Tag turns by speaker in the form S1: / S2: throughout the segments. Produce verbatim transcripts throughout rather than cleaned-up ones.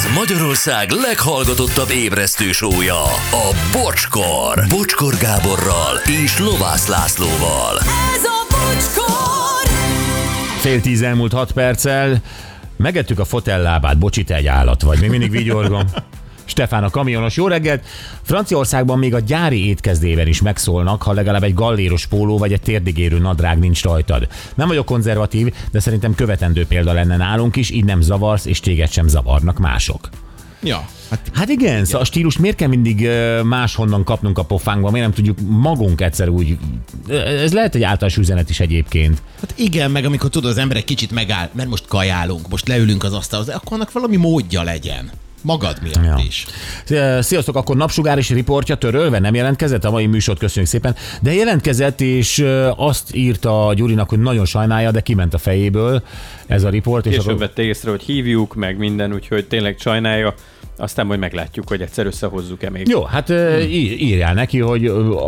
S1: Ez Magyarország leghallgatottabb ébresztő show-ja, a Bocskor. Bocskor Gáborral és Lovász Lászlóval.
S2: Ez a Bocskor!
S3: Fél tíz elmúlt hat perccel. Megettük a fotellábát, bocsi, te egy állat vagy. Még mindig vigyorgom. Stefán a kamionos, jó reggelt! Franciaországban még a gyári étkezdében is megszólnak, ha legalább egy galléros póló vagy egy térdigérő nadrág nincs rajtad. Nem vagyok konzervatív, de szerintem követendő példa lenne nálunk is, így nem zavarsz, és téged sem zavarnak mások.
S4: Ja.
S3: Hát, hát igen, igen, szóval a stílus miért kell mindig máshonnan kapnunk a pofánkba, miért nem tudjuk magunk egyszer úgy, ez lehet egy általános üzenet is egyébként.
S4: Hát igen, meg amikor tudod, az ember egy kicsit megáll, mert most kajálunk, most leülünk az asztalhoz, akkor annak valami módja legyen. Magad miatt ja. is.
S3: Sziasztok, akkor napsugár és riportja törölve nem jelentkezett? A mai műsort köszönjük szépen. De jelentkezett, és azt írta Gyurinak, hogy nagyon sajnálja, de kiment a fejéből ez a riport.
S5: Később akkor... vette észre, hogy hívjuk, meg minden, úgyhogy tényleg sajnálja. Aztán majd meglátjuk, hogy egyszer összehozzuk-e még.
S3: Jó, hát hmm. írjál neki, hogy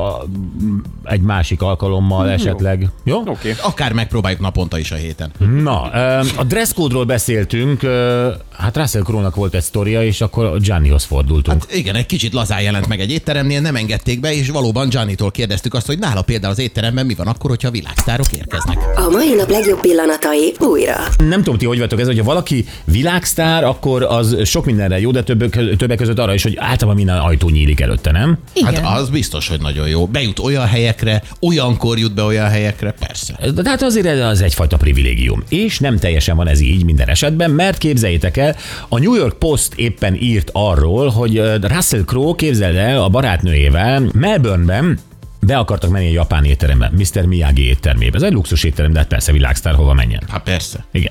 S3: egy másik alkalommal hmm, esetleg. Jó?
S4: Oké. Okay. Akár megpróbáljuk naponta is a héten.
S3: Na, a dresszkódról beszéltünk, hát Russell Crowe-nak volt egy sztoria, és akkor Giannihoz fordultunk.
S4: Hát igen, egy kicsit lazán jelent meg egy étteremnél, nem engedték be, és valóban Giannitól kérdeztük azt, hogy nála például az étteremben mi van akkor, hogyha világsztárok érkeznek.
S2: A mai nap legjobb pillanatai újra.
S3: Nem tudom, ti hogy vagytok ez, hogyha valaki világsztár, akkor az sok mindenre jó, de többek, többek között arra is, hogy általában minden ajtó nyílik előtte, nem?
S4: Igen. Hát az biztos, hogy nagyon jó. Bejut olyan helyekre, olyankor jut be olyan helyekre, persze.
S3: De hát azért az egyfajta privilégium. És nem teljesen van ez így minden esetben, mert képzeljétek el, a New York Post éppen írt arról, hogy Russell Crowe, képzeld el, a barátnőjével Melbourneben be akartak menni egy japán étterembe, miszter Miyagi éttermébe. Ez egy luxus étterem, de hát persze világsztár, hova menjen.
S4: Hát persze.
S3: Igen.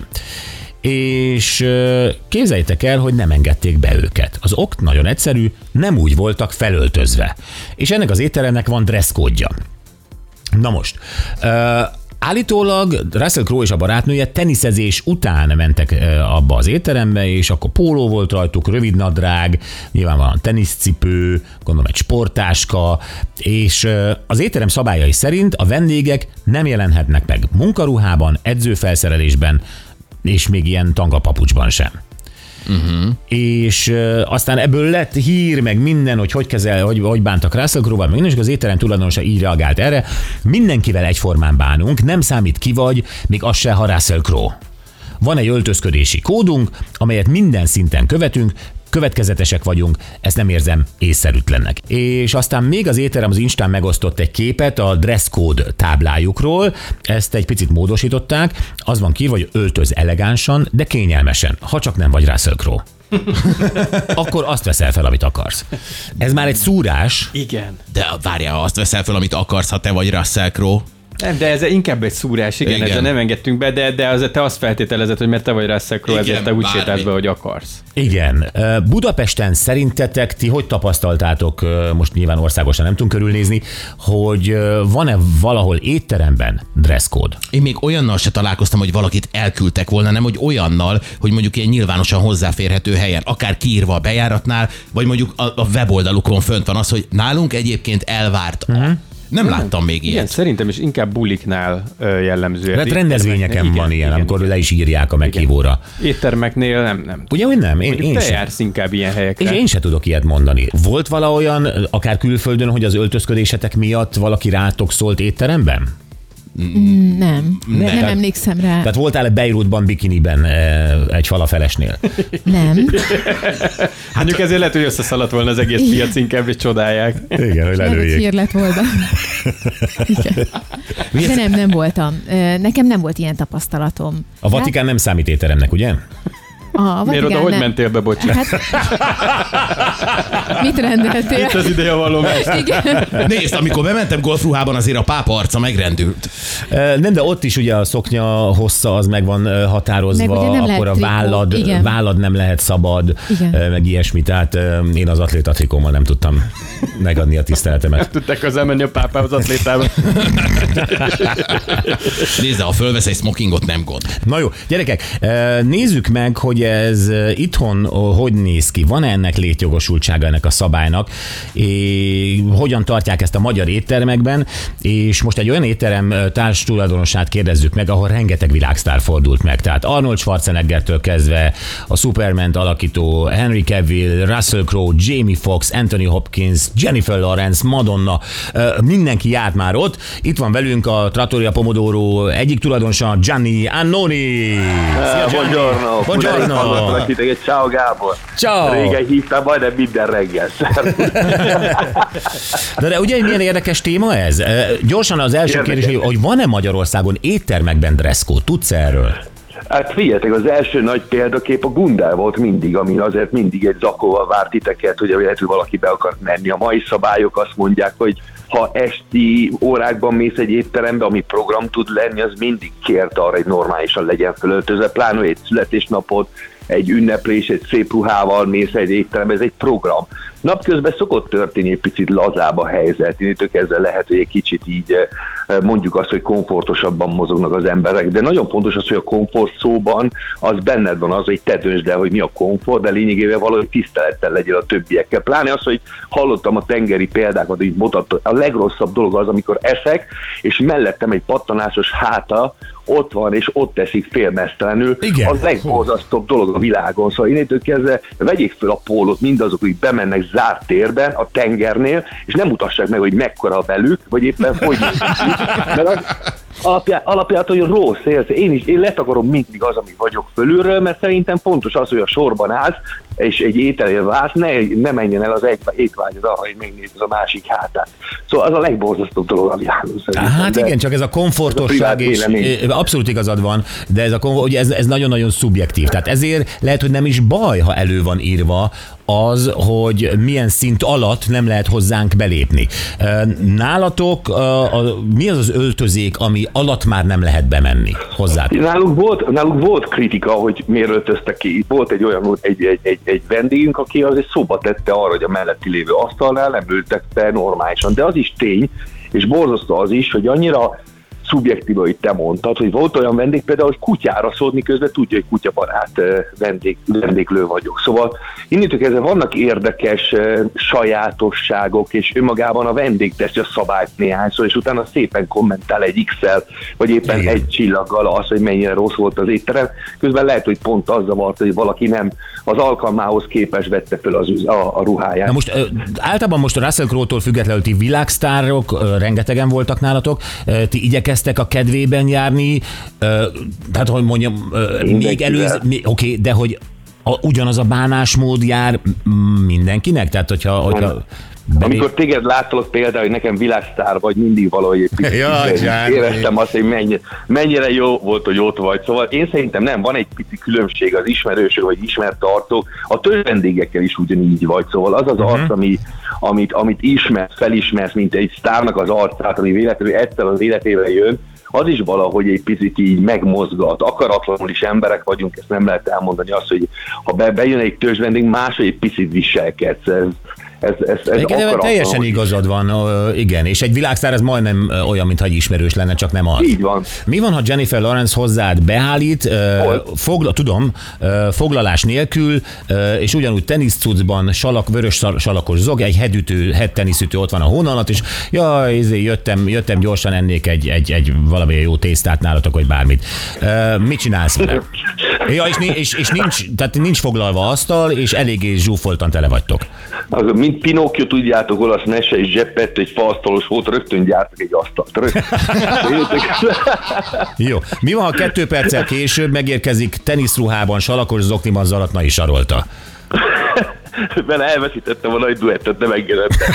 S3: És képzeljétek el, hogy nem engedték be őket. Az ok nagyon egyszerű, nem úgy voltak felöltözve. És ennek az étteremnek van dresszkódja. Na most, uh, állítólag Russell Crowe és a barátnője teniszezés után mentek abba az étterembe, és akkor póló volt rajtuk, rövid nadrág, nyilvánvalóan teniszcipő, gondolom egy sporttáska, és az étterem szabályai szerint a vendégek nem jelenhetnek meg munkaruhában, edzőfelszerelésben, és még ilyen tangapapucsban sem. Uh-huh. És uh, aztán ebből lett hír, meg minden, hogy hogy kezel, hogy, hogy bántak Russell Crowe-val, meg minden, és az étterem tulajdonosa így reagált erre. Mindenkivel egyformán bánunk, nem számít ki vagy, még az se, ha Russell Crowe. Van egy öltözködési kódunk, amelyet minden szinten követünk, következetesek vagyunk, ezt nem érzem észszerűtlennek. És aztán még az étterem az Instán megosztott egy képet a dresscode táblájukról, ezt egy picit módosították, az van kírva, hogy öltöz elegánsan, de kényelmesen, ha csak nem vagy Russell Crowe. Akkor azt veszel fel, amit akarsz. Ez már egy szúrás.
S5: Igen.
S4: De várjál, azt veszel fel, amit akarsz, ha te vagy Russell Crowe.
S5: Nem, de ez inkább egy szúrás, igen, igen. Ezzel nem engedtünk be, de, de az, te azt feltételezed, hogy mert te vagy Russell Crowe, ezért te úgy sétálsz be, hogy akarsz.
S3: Igen. Budapesten szerintetek ti hogy tapasztaltátok, most nyilván országosan nem tudunk körülnézni, hogy van-e valahol étteremben dresscode?
S4: Én még olyannal se találkoztam, hogy valakit elküldtek volna, nem hogy olyannal, hogy mondjuk ilyen nyilvánosan hozzáférhető helyen, akár kiírva a bejáratnál, vagy mondjuk a, a weboldalukon fönt van az, hogy nálunk egyébként elvárt a... Uh-huh. Nem láttam még ilyet.
S5: Igen, szerintem is inkább buliknál jellemző.
S3: Hát rendezvényeken van ilyen, igen, amikor igen. le is írják a meghívóra.
S5: Éttermeknél nem, nem.
S3: Ugye, hogy nem? Én, én
S5: te
S3: sem.
S5: jársz inkább ilyen helyekre.
S3: És én se tudok ilyet mondani. Volt valahogyan, akár külföldön, hogy az öltözködésetek miatt valaki rátok szólt étteremben?
S6: Nem, nem, nem emlékszem rá.
S3: Tehát voltál-e Beirutban bikiniben egy falafelesnél?
S6: Nem.
S5: Hát mondjuk ezért lehet, hogy összeszaladt volna az egész piac, inkább és csodálják.
S3: Igen, hogy lelőjék.
S6: Hír lett volna. De nem, nem voltam. Nekem nem volt ilyen tapasztalatom.
S3: A Vatikán nem számít étteremnek, ugye?
S6: A
S5: Miért oda, hogy mentél be, bocsánat?
S6: Hát, mit rendeltél?
S5: Itt az ideje valóban.
S4: Nézd, amikor bementem golfruhában, azért a pápa arca megrendült.
S3: Nem, de ott is ugye a szoknya hossza az meg van határozva, meg akkor a vállad, vállad nem lehet szabad, igen. meg ilyesmi. Tehát én az atléta trikómmal nem tudtam megadni a tiszteletemet.
S5: Nem tudták az elmenni a pápához atlétában.
S4: Nézd, ha fölvesz egy smokingot, nem gond.
S3: Na jó, gyerekek, nézzük meg, hogy ez itthon hogy néz ki? Van-e ennek létjogosultsága ennek a szabálynak? É, hogyan tartják ezt a magyar éttermekben? És most egy olyan étterem társtulajdonosát kérdezzük meg, ahol rengeteg világsztár fordult meg. Tehát Arnold Schwarzeneggertől kezdve a Superman-t alakító Henry Cavill, Russell Crowe, Jamie Foxx, Anthony Hopkins, Jennifer Lawrence, Madonna, mindenki járt már ott. Itt van velünk a Trattoria Pomodoro egyik tulajdonosa, Gianni Annoni.
S7: Szia, Gianni. Buongiorno.
S3: Buongiorno.
S7: Ciao, Gábor.
S3: Ciao.
S7: Régen hívtam, majdnem minden reggel.
S3: De, de ugye milyen érdekes téma ez? Gyorsan az első érdekes kérdés, hogy van-e Magyarországon éttermekben dresszkód? Tudsz erről?
S7: Hát figyeljetek, az első nagy példakép a Gundel volt mindig, ami azért mindig egy zakóval várt titeket, hogy lehet, hogy valaki be akart menni. A mai szabályok azt mondják, hogy ha esti órákban mész egy étterembe, ami program tud lenni, az mindig kért arra, hogy normálisan legyen fölöltözve, pláne egy születésnapot, egy ünneplés, egy szép ruhával mész egy étterembe, ez egy program. Napközben szokott történni egy picit lazább a helyzet, innentől kezdve lehet, hogy egy kicsit így mondjuk azt, hogy komfortosabban mozognak az emberek, de nagyon fontos az, hogy a komfort szóban az benned van az, hogy te döntsd el, hogy mi a komfort, de lényegében valahogy tisztelettel legyél a többiekkel. Pláne az, hogy hallottam a tengeri példákat, hogy mutatott, a legrosszabb dolog az, amikor eszek, és mellettem egy pattanásos háta, ott van, és ott teszik félmeztelenül. Igen. A legborzasztóbb dolog a világon. Szóval innentől kezdve vegyék fel a pólót mindazok, akik bemennek zárt térben, a tengernél, és nem mutassák meg, hogy mekkora velük, vagy éppen hogy mert az alapján, alapján, hogy rossz érsz. Én is, én letakarom mindig az, ami vagyok fölülről, mert szerintem fontos az, hogy a sorban állsz, és egy ételél válsz, ne, ne menjen el az étvágyad arra, hogy megnézd a másik hátát. Szóval az a legborzasztóbb dolog a világon.
S3: Hát igen, csak ez a komfortosság, és abszolút igazad van, de ez, a, ugye ez, ez nagyon-nagyon szubjektív. Tehát ezért lehet, hogy nem is baj, ha elő van írva az, hogy milyen szint alatt nem lehet hozzánk belépni. Nálatok a, a, mi az az öltözék, ami alatt már nem lehet bemenni hozzá?
S7: Nálunk volt, nálunk volt kritika, hogy miért öltöztek ki. Volt egy olyan egy, egy, egy, egy vendégünk, aki azért szóba tette arra, hogy a melletti lévő asztalnál nem ültek fel normálisan. De az is tény, és borzasztó az is, hogy annyira szubjektív, hogy te mondtad, hogy volt olyan vendég például, hogy kutyára szólt, miközben tudja, hogy kutyabarát vendég, vendéglő vagyok. Szóval innentől kezdve vannak érdekes sajátosságok, és önmagában a vendég teszi a szabályt néhányszor, és utána szépen kommentál egy X-el, vagy éppen igen, egy csillaggal az, hogy mennyire rossz volt az étterem. Közben lehet, hogy pont az zavart, hogy valaki nem az alkalmához képes vette föl az, a, a ruháját.
S3: Na most általában most a Russell Crowe-tól függetlenül ti világsztárok, rengetegen voltak nálatok, ti igyekeztek a kedvében járni, tehát hogy mondjam, még előző, oké, okay, de hogy a, ugyanaz a bánásmód jár mindenkinek? Tehát hogyha... hogyha
S7: Belé... Amikor téged láttalak például, hogy nekem világsztár vagy, mindig valahogy egy picit ja, éreztem azt, hogy mennyire, mennyire jó volt, hogy ott vagy. Szóval én szerintem nem, van egy pici különbség az ismerősök vagy ismertartók, a több vendégekkel is ugyanígy vagy. Szóval az az uh-huh. arc, ami, amit, amit ismersz, felismersz, mint egy sztárnak az arcát, ami véletlenül egyszer az életével jön, az is valahogy egy picit így megmozgat. Akaratlanul is emberek vagyunk, ezt nem lehet elmondani azt, hogy ha be, bejön egy törzsvendég, máshogy egy picit viselkedsz. Ez, ez, ez, ez
S3: igen, teljesen igazad van, igen, és egy világsztár ez majdnem olyan, mintha egy ismerős lenne, csak nem az.
S7: Így van.
S3: Mi van, ha Jennifer Lawrence hozzád beállít, fogla, tudom, foglalás nélkül, és ugyanúgy teniszcucban, salak, vörös salakos zog, egy headütő, head teniszütő ott van a hón alatt, és jaj, jöttem, jöttem gyorsan ennék egy, egy, egy valamilyen jó tésztát nálatok, vagy bármit. Mit csinálsz vele? Ja, és, és, és nincs, tehát nincs foglalva asztal, és eléggé zsúfoltan tele vagytok.
S7: Az, mint Pinocchio, tudjátok, olasz mese és Geppetto, egy faasztalos volt, rögtön gyártak egy asztalt.
S3: Jó. Mi van, ha kettő perccel később megérkezik teniszruhában, salakos zokniban Zaratnai Sarolta?
S7: Vele elveszítettem a nagy duettet, nem engedettem.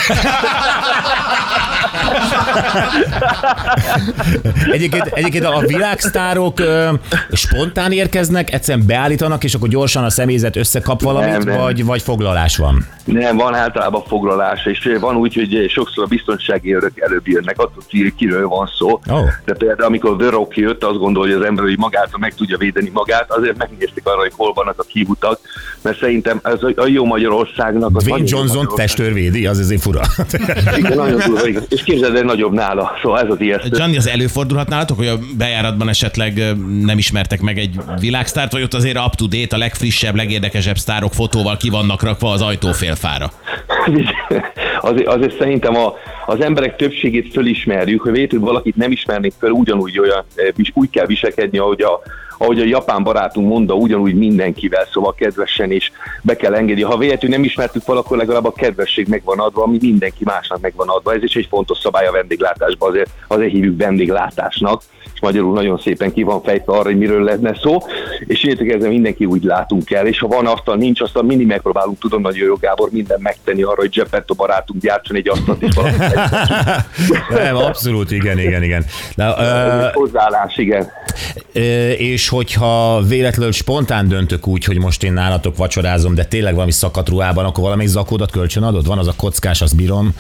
S3: Egyébként, egyébként a világsztárok ö, spontán érkeznek, egyszerűen beállítanak, és akkor gyorsan a személyzet összekap valamit, nem, nem. Vagy, vagy foglalás van?
S7: Nem, van általában foglalás, és van úgy, hogy sokszor a biztonsági őrök előbb jönnek, attól kiről van szó. Oh. De például amikor The Rock jött, azt gondolja, hogy az ember, hogy magától meg tudja védeni magát, azért megnézték arra, hogy hol vannak a kihutak, mert szerintem ez a jó Magyarországnak...
S3: Dwayne Johnson testőr védi, az azért fura.
S7: Igen, nagyon durva, igen. És képzeld, de nagyobb nála, szóval ez az ijesztő.
S4: Gianni, az előfordulhat nálatok, hogy a bejáratban esetleg nem ismertek meg egy világsztárt, vagy ott azért up-to-date, a legfrissebb, legérdekesebb sztárok fotóval ki vannak rakva az ajtófélfára?
S7: Azért, azért szerintem a, az emberek többségét fölismerjük, hogy véletlenül valakit nem ismernék fel, ugyanúgy olyan, úgy kell viselkedni, ahogy a, ahogy a japán barátunk mondta, ugyanúgy mindenkivel, szóval kedvesen is be kell engedni. Ha véletlenül nem ismertük fel, akkor legalább a kedvesség megvan adva, ami mindenki másnak megvan adva. Ez is egy fontos szabály a vendéglátásban, azért, azért hívjuk vendéglátásnak, és magyarul nagyon szépen ki van fejtve arra, hogy miről lenne szó, és értek ezzel mindenki úgy látunk el, és ha van asztal, nincs asztal, mindig megpróbálunk, tudom, nagyon jó Gábor, mindent megtenni arra, hogy Gepetto barátunk gyártson egy asztalt is valamit.
S3: Nem, abszolút, igen, igen, igen. Na,
S7: uh, hozzáállás, igen.
S3: És hogyha véletlenül spontán döntök úgy, hogy most én nálatok vacsorázom, de tényleg valami szakadt ruhában, akkor valamelyik zakódat kölcsön adod? Van az a kockás, azt bírom.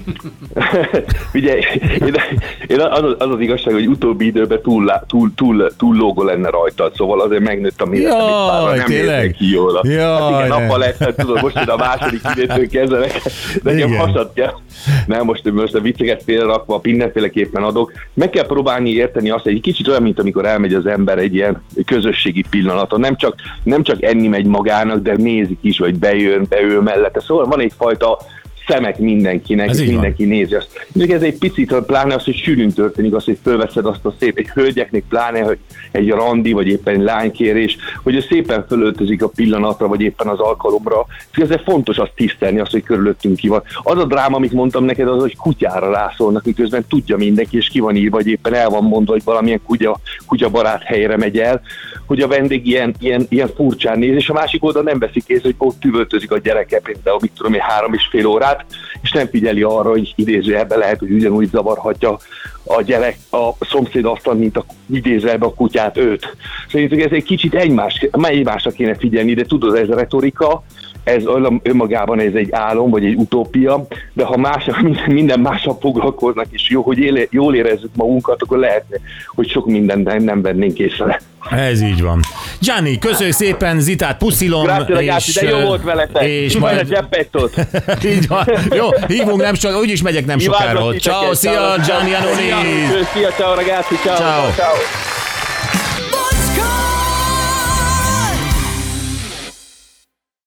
S7: Ugye, én, én az, az az igazság, hogy utóbbi időben túl, túl, túl, túl lógó lenne rajtad, szóval azért megnőtt a méretem, egy párra, nem értek ki jól.
S3: Jaj,
S7: hát igen, nappal lesz, hát tudod, most én a második idétől kezdenek, nekem hasad kell. Nem, most, most a vicceket félrerakva, mindenféleképpen adok. Meg kell próbálni érteni azt, hogy egy kicsit olyan, mint amikor elmegy az ember egy ilyen közösségi pillanaton. Nem csak, nem csak enni megy magának, de nézik is, vagy bejön, beül mellette. Szóval van egyfajta szemek mindenkinek, és mindenki van. Nézi azt. Ez egy picit, pláne az, hogy sűrűn történik, az, hogy fölveszed azt a szép, egy hölgyeknek pláne, hogy egy randi, vagy éppen egy lánykérés, hogy ő szépen fölöltözik a pillanatra, vagy éppen az alkalomra. Ezért fontos azt tisztelni, azt, hogy körülöttünk ki van. Az a dráma, amit mondtam neked, az, hogy kutyára rászólnak, miközben tudja mindenki, és ki van írva, vagy éppen el van mondva, hogy valamilyen kutya, kutyabarát helyre megy el, hogy a vendég ilyen, ilyen, ilyen furcsán néz, és a másik oldal nem veszik észre, hogy ott üvöltözik a gyereke, például, mit tudom én, három és fél órát, és nem figyeli arra, hogy idézőjelben lehet, hogy ugyanúgy zavarhatja a gyerek a szomszéd asztal, mint a idézőjelben a kutyát őt. Szerintem ez egy kicsit egymás, egymásra kéne figyelni, de tudod, ez a retorika, ez önmagában ez egy álom, vagy egy utópia, de ha más, minden mással foglalkoznak, és jó, hogy éle, jól érezzük magunkat, akkor lehetne, hogy sok mindent nem, nem vennénk észre.
S3: Ez így van. Gianni, köszönjük szépen, Zitát puszilom.
S7: Grazie, ragazzi, de jó volt veletek. És majd a Gepettot.
S3: Így van. Jó, hívunk nem sokára, úgyis megyek nem sokára. Ciao, szia, Gianni Anonis.
S7: Szia, ciao ragazzi, ciao. Ciao. Ciao.